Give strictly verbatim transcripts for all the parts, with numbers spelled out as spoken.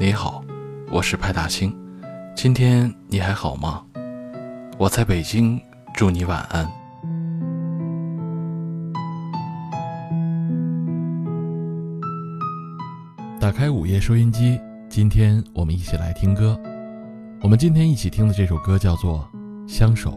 你好，我是派大星，今天你还好吗？我在北京，祝你晚安。打开午夜收音机，今天我们一起来听歌。我们今天一起听的这首歌叫做《相守》。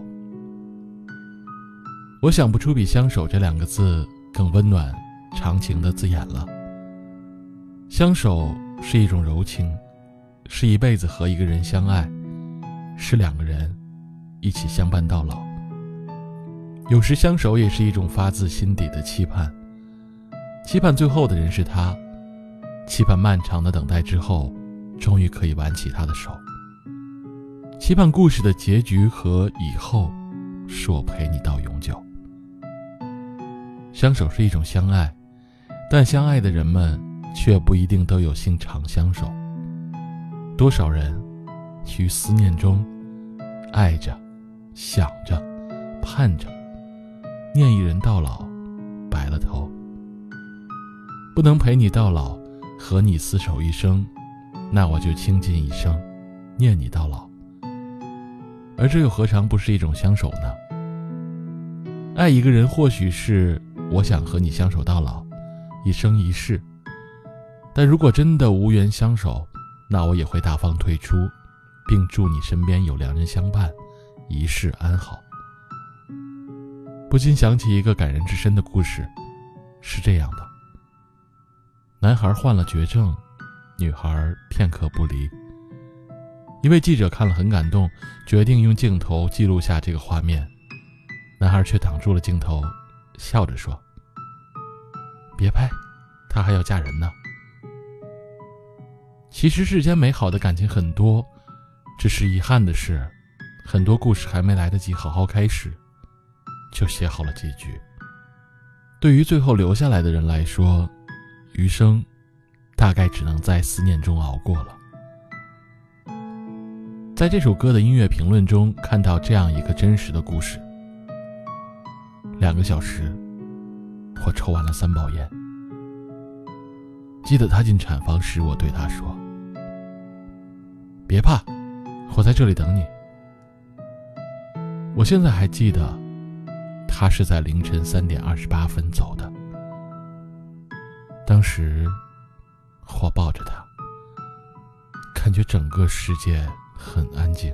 我想不出比相守这两个字更温暖长情的字眼了。相守是一种柔情，是一辈子和一个人相爱，是两个人一起相伴到老。有时相守也是一种发自心底的期盼，期盼最后的人是他，期盼漫长的等待之后终于可以挽起他的手，期盼故事的结局和以后是我陪你到永久。相守是一种相爱，但相爱的人们却不一定都有幸长相守。多少人于思念中爱着，想着，盼着，念一人到老，白了头。不能陪你到老，和你厮守一生，那我就倾尽一生，念你到老。而这又何尝不是一种相守呢？爱一个人或许是我想和你相守到老，一生一世，但如果真的无缘相守，那我也会大方退出，并祝你身边有良人相伴，一世安好。不禁想起一个感人至深的故事，是这样的：男孩患了绝症，女孩片刻不离。一位记者看了很感动，决定用镜头记录下这个画面。男孩却挡住了镜头，笑着说：别拍，她还要嫁人呢。其实世间美好的感情很多，只是遗憾的是，很多故事还没来得及好好开始，就写好了结局。对于最后留下来的人来说，余生大概只能在思念中熬过了。在这首歌的音乐评论中看到这样一个真实的故事：两个小时，我抽完了三包烟。记得他进产房时，我对他说：别怕，我在这里等你。我现在还记得，他是在凌晨三点二十八分走的。当时我抱着他，感觉整个世界很安静。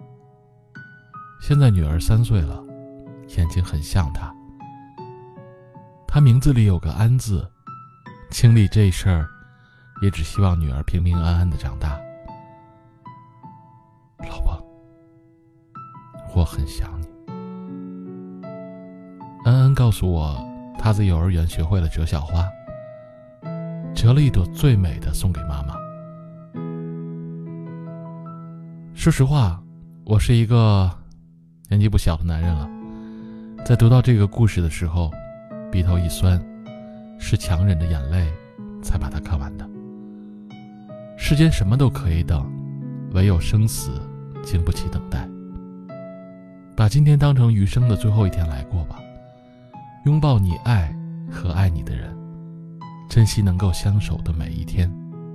现在女儿三岁了，眼睛很像他。他名字里有个安字，经历这事儿，也只希望女儿平平安安的长大。老婆，我很想你。安安告诉我，她在幼儿园学会了折小花，折了一朵最美的送给妈妈。说实话，我是一个年纪不小的男人了，在读到这个故事的时候，鼻头一酸，是强忍着眼泪才把它看完的。世间什么都可以等，唯有生死经不起等待。把今天当成余生的最后一天来过吧，拥抱你爱和爱你的人，珍惜能够相守的每一天。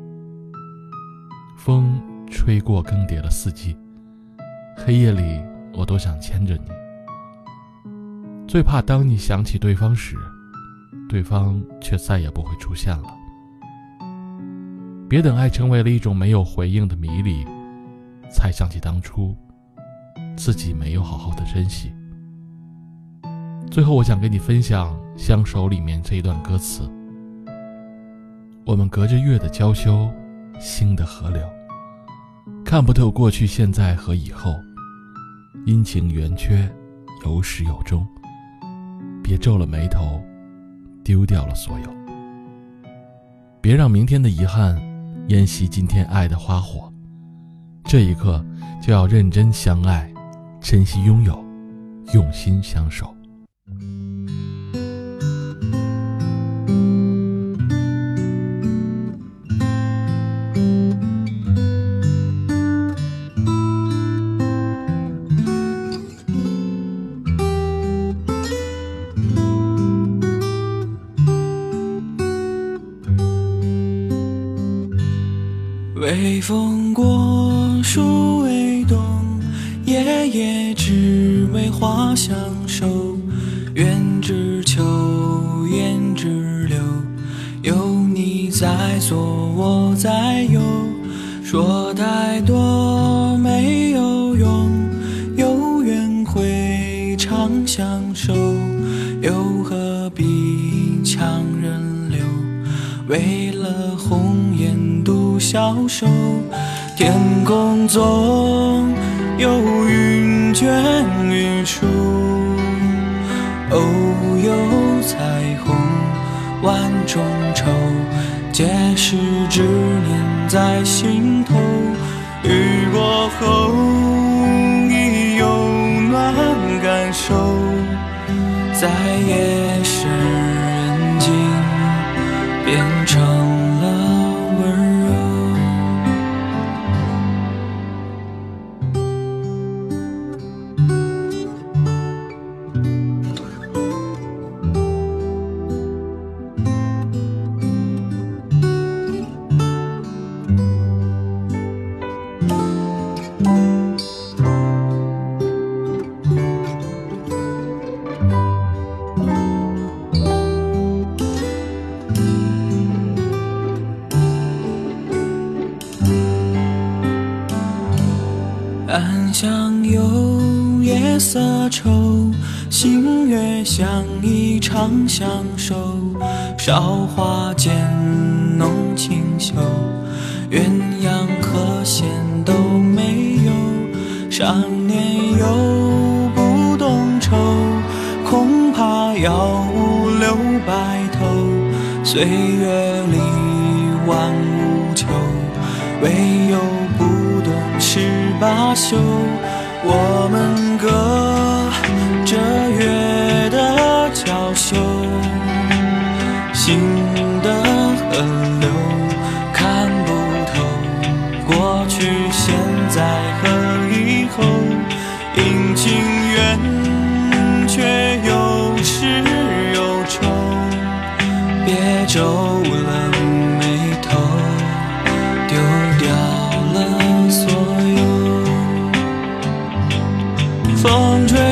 风吹过更迭的四季，黑夜里我都想牵着你。最怕当你想起对方时，对方却再也不会出现了。别等爱成为了一种没有回应的迷离，才想起当初自己没有好好的珍惜。最后我想跟你分享《相守》里面这一段歌词：我们隔着月的娇羞，星的河流，看不透过去现在和以后，阴晴圆缺，有始有终。别皱了眉头，丢掉了所有。别让明天的遗憾淹熄今天爱的花火。这一刻就要认真相爱，珍惜拥有，用心相守。 微风过，树微动，夜夜只为花相守。愿只求，言只留，有你在左，我在右。说太多没有用，有缘会长相守，又何必强人留？为了红颜独消瘦，天空总有云卷云舒，偶有彩虹万种愁，皆是执念在心头。雨过后已有暖感受，在夜深人静变成了温柔。暗香有夜色愁，星月相依长相守。韶华渐浓清秀，鸳鸯和弦都没有。少年又不懂愁，恐怕要五留白头。岁月里万物求，唯有不懂十八宿。我们隔着月的娇羞，心的河流看不透，过去现在和以后，阴晴圆缺有始有终，别皱了眉头，丢掉了所有。风吹